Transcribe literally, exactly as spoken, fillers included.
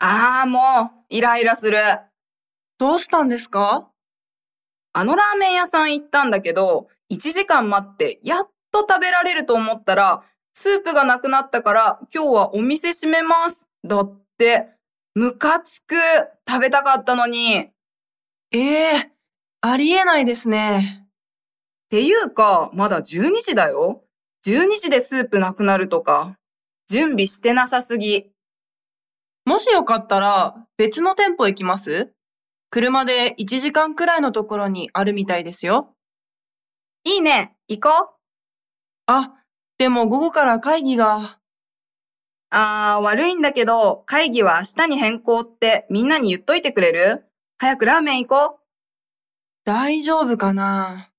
ああ、もう、イライラする。 どうしたんですか？ あのラーメン屋さん行ったんだけど、いちじかん待ってやっと食べられると思ったら、スープがなくなったから今日はお店閉めます。だって、ムカつく。食べたかったのに。っええ、ありえないですね。 ていうか、まだじゅうにじだよ。じゅうにじでスープなくなるとか。準備してなさすぎ。 もしよかったら別の店舗行きます？車でいちじかんくらいのところにあるみたいですよ。 いいね、行こう。 あ、でも午後から会議が。 あー、悪いんだけど、会議は明日に変更ってみんなに言っといてくれる？早くラーメン行こう。 大丈夫かな？